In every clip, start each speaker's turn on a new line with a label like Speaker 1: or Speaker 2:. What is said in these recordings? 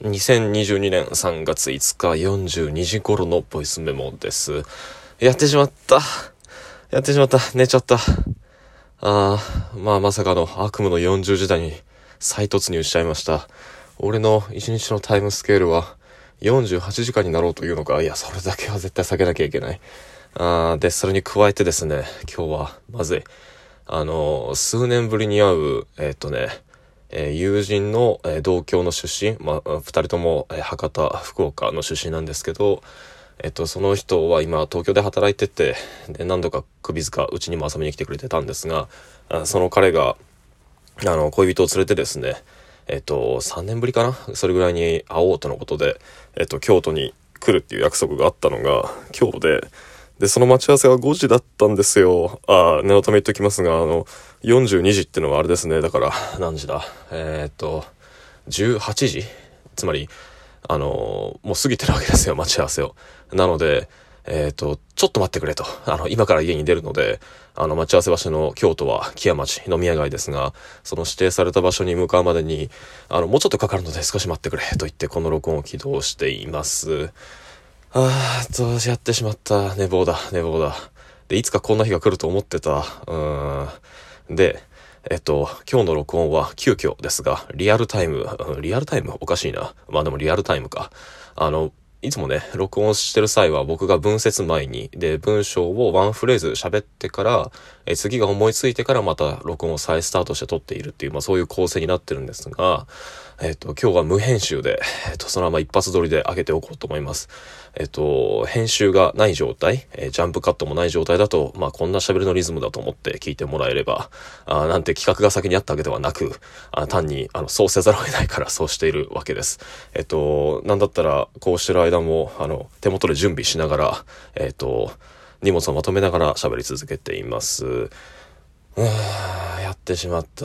Speaker 1: 2022年3月5日42時頃のボイスメモです。やってしまった。寝ちゃった。まさかの悪夢の40時代に再突入しちゃいました。俺の1日のタイムスケールは48時間になろうというのか。いや、それだけは絶対避けなきゃいけない。で、それに加えてですね、今日はまずい。数年ぶりに会う、友人の、同郷の出身、二人とも、博多、福岡の出身なんですけど、その人は今東京で働いてて、で、何度か首塚うちにも遊びに来てくれてたんですが、その彼が、恋人を連れてですね、3年ぶりかなそれぐらいに会おうとのことで、京都に来るっていう約束があったのが今日で、その待ち合わせは5時だったんですよ。念のため言っときますが、42時ってのはあれですね。だから、何時だ18時つまり、もう過ぎてるわけですよ、待ち合わせを。なので、ちょっと待ってくれと。今から家に出るので、待ち合わせ場所の京都は木屋町、飲み屋街ですが、その指定された場所に向かうまでに、もうちょっとかかるので少し待ってくれと言って、この録音を起動しています。やってしまった。寝坊だ。で、いつかこんな日が来ると思ってた。で、今日の録音は急遽ですが、リアルタイムおかしいな。でもリアルタイムか。いつもね、録音してる際は僕が文節前に、で、文章をワンフレーズ喋ってから、次が思いついてからまた録音を再スタートして撮っているっていう、そういう構成になってるんですが、今日は無編集で、そのまま一発撮りで上げておこうと思います。編集がない状態、ジャンプカットもない状態だと、こんな喋りのリズムだと思って聞いてもらえれば、なんて企画が先にあったわけではなく、単に、そうせざるを得ないからそうしているわけです。なんだったら、こうしてる間も、手元で準備しながら、荷物をまとめながら喋り続けています。やってしまった。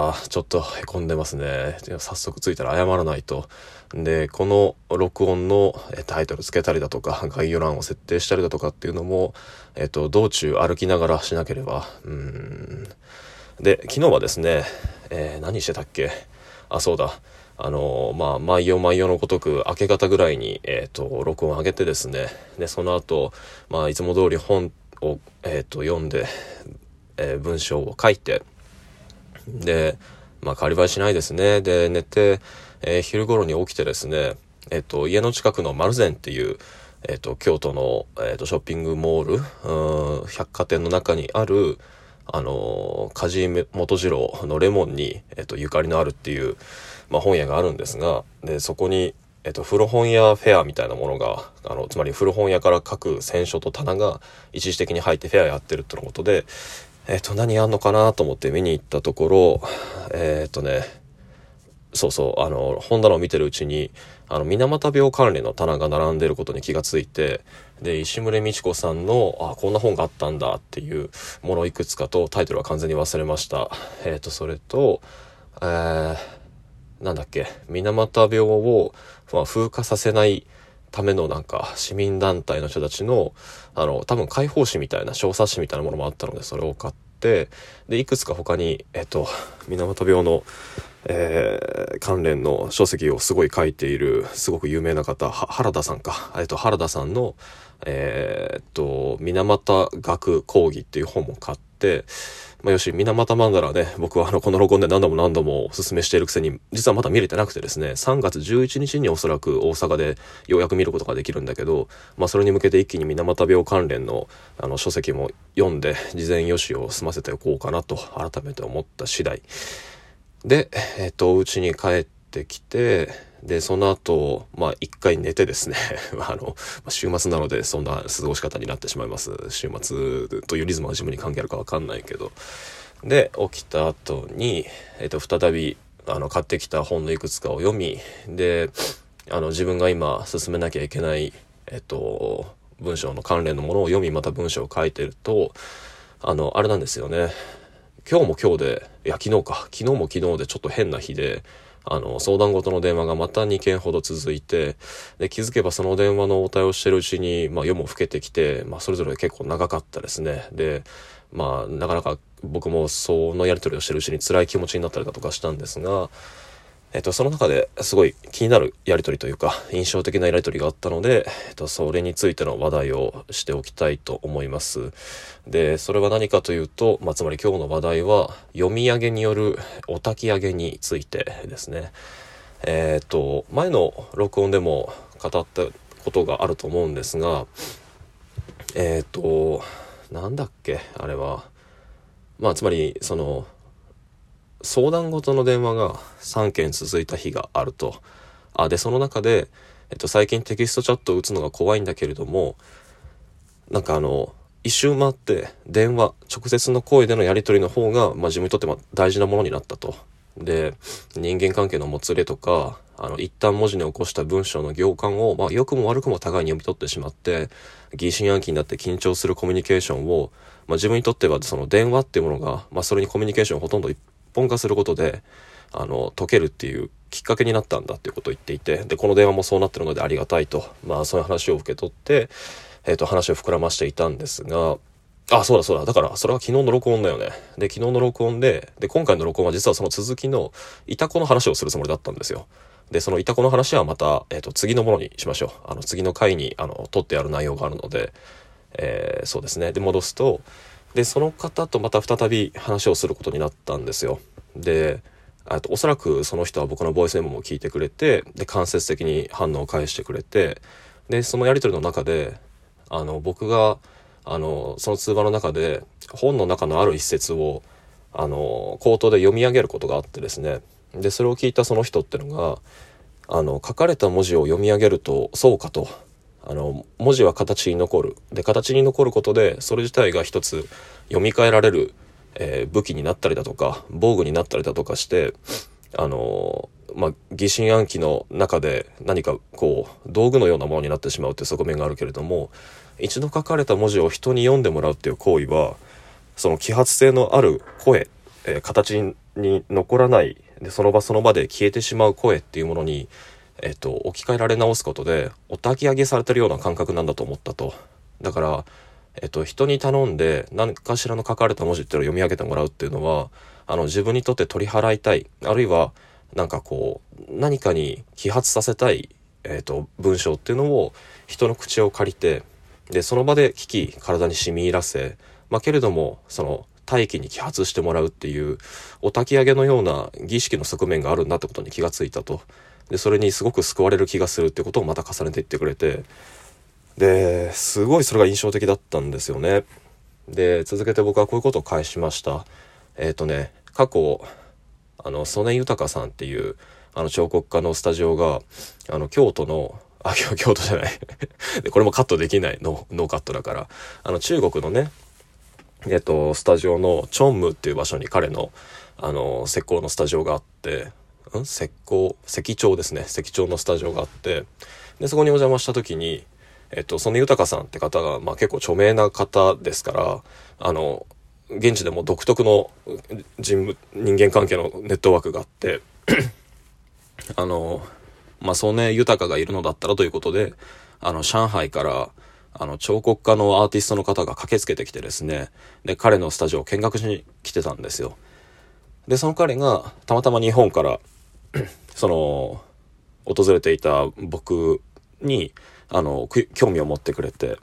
Speaker 1: ちょっと凹んでますね。早速着いたら謝らないと。で、この録音のタイトルつけたりだとか、概要欄を設定したりだとかっていうのも、道中歩きながらしなければ。で、昨日はですね、何してたっけ？そうだ。毎夜のごとく明け方ぐらいに、録音を上げてですね。で、その後、いつも通り本を、読んで、文章を書いて、で、変わり映えしないですね。で、寝て、昼頃に起きてですね、家の近くの丸善っていう、京都の、ショッピングモール、百貨店の中にある、梶本次郎のレモンに、ゆかりのあるっていう、本屋があるんですが、で、そこに、古本屋フェアみたいなものが、つまり古本屋から各選書と棚が一時的に入ってフェアやってるってのことで、何やんのかなと思って見に行ったところ、本棚を見てるうちに、水俣病関連の棚が並んでることに気がついて、で、石牟礼道子さんの、こんな本があったんだっていうものいくつかと、タイトルは完全に忘れました。それと、なんだっけ、水俣病を、風化させないための市民団体の人たちの、多分解放誌みたいな、小冊子みたいなものもあったので、それを買って、で、いくつか他に、水俣病の、関連の書籍をすごい書いている、すごく有名な方、原田さんか。原田さんの、水俣学講義っていう本も買って、水俣曼荼羅ね、僕はこの録音で何度もお勧めしているくせに、実はまだ見れてなくてですね、3月11日におそらく大阪でようやく見ることができるんだけど、それに向けて一気に水俣病関連の書籍も読んで、事前予習を済ませておこうかなと改めて思った次第。で、お家に帰ってきて、で、その後、一回寝てですね、週末なのでそんな過ごし方になってしまいます。週末というリズムは自分に関係あるかわかんないけど。で、起きた後に、再び、買ってきた本のいくつかを読み、で、自分が今進めなきゃいけない、文章の関連のものを読み、また文章を書いてると、あれなんですよね。今日も今日で、昨日も昨日でちょっと変な日で、相談事の電話がまた2件ほど続いて、で、気づけばその電話の応対をしてるうちに、夜も更けてきて、それぞれ結構長かったですね。で、なかなか僕もそのやり取りをしてるうちに辛い気持ちになったりだとかしたんですが、 その中ですごい気になるやり取りというか印象的なやり取りがあったので、それについての話題をしておきたいと思います。で、それは何かというと、つまり今日の話題は読み上げによるお焚き上げについてですね。前の録音でも語ったことがあると思うんですが、なんだっけあれは、つまりその相談事の電話が3件続いた日があると。でその中で、最近テキストチャットを打つのが怖いんだけれども、一周回って電話直接の声でのやり取りの方が、自分にとって大事なものになったと。で、人間関係のもつれとか、一旦文字に起こした文章の行間を、良くも悪くも互いに読み取ってしまって疑心暗鬼になって緊張するコミュニケーションを、自分にとってはその電話っていうものが、それにコミュニケーションをほとんど一本化することで解けるっていうきっかけになったんだっていうことを言っていて、でこの電話もそうなってるのでありがたいと、そういう話を受け取って、話を膨らましていたんですが、そうだ。だからそれは昨日の録音だよね。で昨日の録音で今回の録音は実はその続きのイタコの話をするつもりだったんですよ。でそのイタコの話はまた、次のものにしましょう。次の回に取ってある内容があるので、そうですね。で戻すと、でその方とまた再び話をすることになったんですよ。でおそらくその人は僕のボイスメモも聞いてくれて、で間接的に反応を返してくれて、でそのやり取りの中で僕がその通話の中で本の中のある一節を口頭で読み上げることがあってですね。でそれを聞いたその人ってのが書かれた文字を読み上げるとそうかと、文字は形に残る。で形に残ることでそれ自体が一つ読み替えられる、武器になったりだとか防具になったりだとかして、疑心暗鬼の中で何かこう道具のようなものになってしまうという側面があるけれども、一度書かれた文字を人に読んでもらうっていう行為はその揮発性のある声、形に残らないでその場その場で消えてしまう声っていうものに、置き換えられ直すことでお焚き上げされてるような感覚なんだと思ったと。だから、人に頼んで何かしらの書かれた文字っていうのを読み上げてもらうっていうのは自分にとって取り払いたい、あるいは何かに揮発させたい、文章っていうのを人の口を借りて、でその場で聞き体に染み入らせ、けれどもその大気に揮発してもらうっていうお焚き上げのような儀式の側面があるんだってことに気がついたと。でそれにすごく救われる気がするってことをまた重ねていってくれて、ですごいそれが印象的だったんですよね。で続けて僕はこういうことを返しました。過去曽根豊さんっていう彫刻家のスタジオが京都の京都じゃないでこれもカットできないノーカットだから中国のねスタジオのチョンムっていう場所に彼の石膏のスタジオがあって、石彫ですね、石彫のスタジオがあって、でそこにお邪魔した時に曽根豊さんって方が結構著名な方ですから現地でも独特の人間関係のネットワークがあって曽根豊がいるのだったらということで上海から彫刻家のアーティストの方が駆けつけてきてですね、で彼のスタジオを見学しに来てたんですよ。でその彼がたまたま日本から訪れていた僕に興味を持ってくれて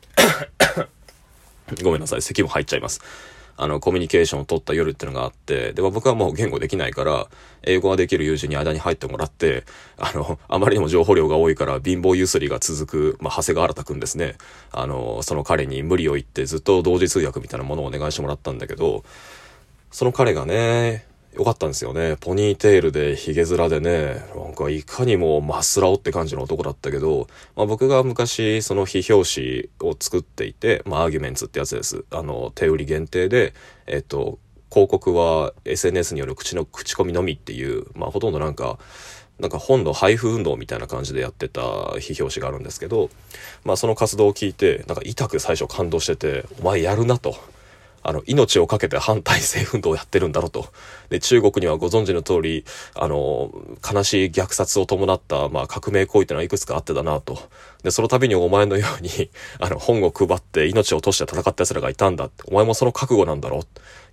Speaker 1: ごめんなさい、咳も入っちゃいます。コミュニケーションを取った夜っていうのがあって、で僕はもう言語できないから英語ができる友人に間に入ってもらって、あまりにも情報量が多いから貧乏ゆすりが続く、長谷川新くんですね。その彼に無理を言ってずっと同時通訳みたいなものをお願いしてもらったんだけど、その彼がねよかったんですよね。ポニーテールでヒゲ面でね、いかにもマスラオって感じの男だったけど、僕が昔その非表紙を作っていて、アーギュメンツってやつです。手売り限定で、広告は SNS による口コミのみっていう、ほとんどなんか本の配布運動みたいな感じでやってた非表紙があるんですけど、その活動を聞いて痛く最初感動してて、お前やるなと。命を懸けて反体制運動をやってるんだろうと。で、中国にはご存知の通り、悲しい虐殺を伴った、革命行為ってのはいくつかあってだなと。で、その度にお前のように、本を配って命を落として戦った奴らがいたんだって。お前もその覚悟なんだろう。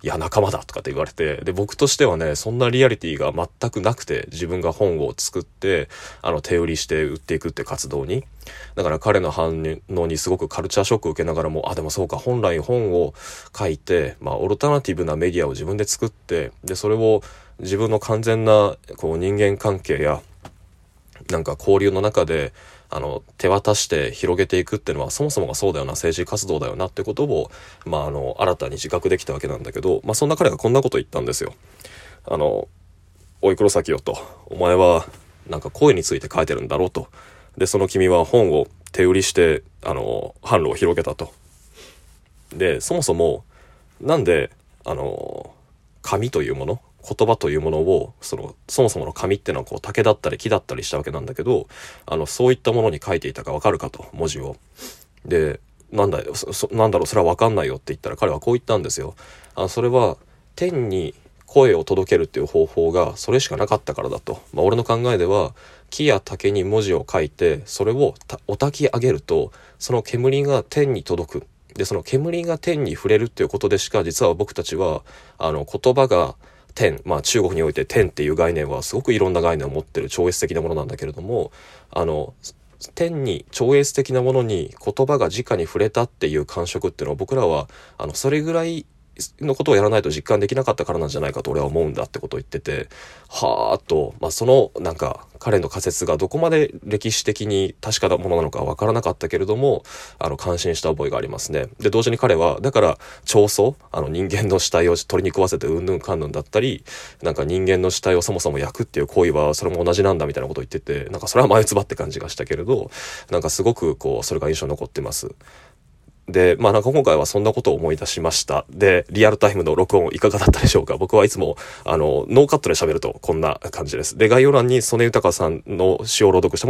Speaker 1: いや、仲間だとかって言われて、で、僕としてはね、そんなリアリティが全くなくて、自分が本を作って、手売りして売っていくって活動に。だから彼の反応にすごくカルチャーショックを受けながらも、あ、でもそうか、本来本を書いて、オルタナティブなメディアを自分で作って、で、それを自分の完全な、人間関係や、なんか交流の中で、手渡して広げていくっていうのはそもそもがそうだよな、政治活動だよなってことを、新たに自覚できたわけなんだけど、そんな彼がこんなこと言ったんですよ。おい黒崎よと、お前はなんか声について書いてるんだろうと。で、その君は本を手売りして、販路を広げたと。で、そもそも、なんで、紙というもの、言葉というものを、そもそもの紙ってのは竹だったり木だったりしたわけなんだけど、そういったものに書いていたかわかるかと、文字を。で、なんだろう、それはわかんないよって言ったら彼はこう言ったんですよ。それは、天に声を届けるっていう方法がそれしかなかったからだと。俺の考えでは、木や竹に文字を書いて、それをお焚き上げると、その煙が天に届く。で、その煙が天に触れるっていうことでしか、実は僕たちは、言葉が天、中国において天っていう概念はすごくいろんな概念を持ってる超越的なものなんだけれども、天に超越的なものに言葉が直に触れたっていう感触っていうのを僕らは、それぐらいのことをやらないと実感できなかったからなんじゃないかと俺は思うんだってことを言ってて、はーっと、そのなんか彼の仮説がどこまで歴史的に確かなものなのかわからなかったけれども、感心した覚えがありますね。で、同時に彼は、だから彫塑、人間の死体を鳥に食わせてうんぬんかんぬんだったり、なんか人間の死体をそもそも焼くっていう行為はそれも同じなんだみたいなことを言ってて、なんかそれは眉唾って感じがしたけれど、なんかすごくそれが印象に残ってます。で、なんか今回はそんなことを思い出しました。で、リアルタイムの録音いかがだったでしょうか。僕はいつも、ノーカットで喋るとこんな感じです。で、概要欄に曽根豊さんの詩を朗読した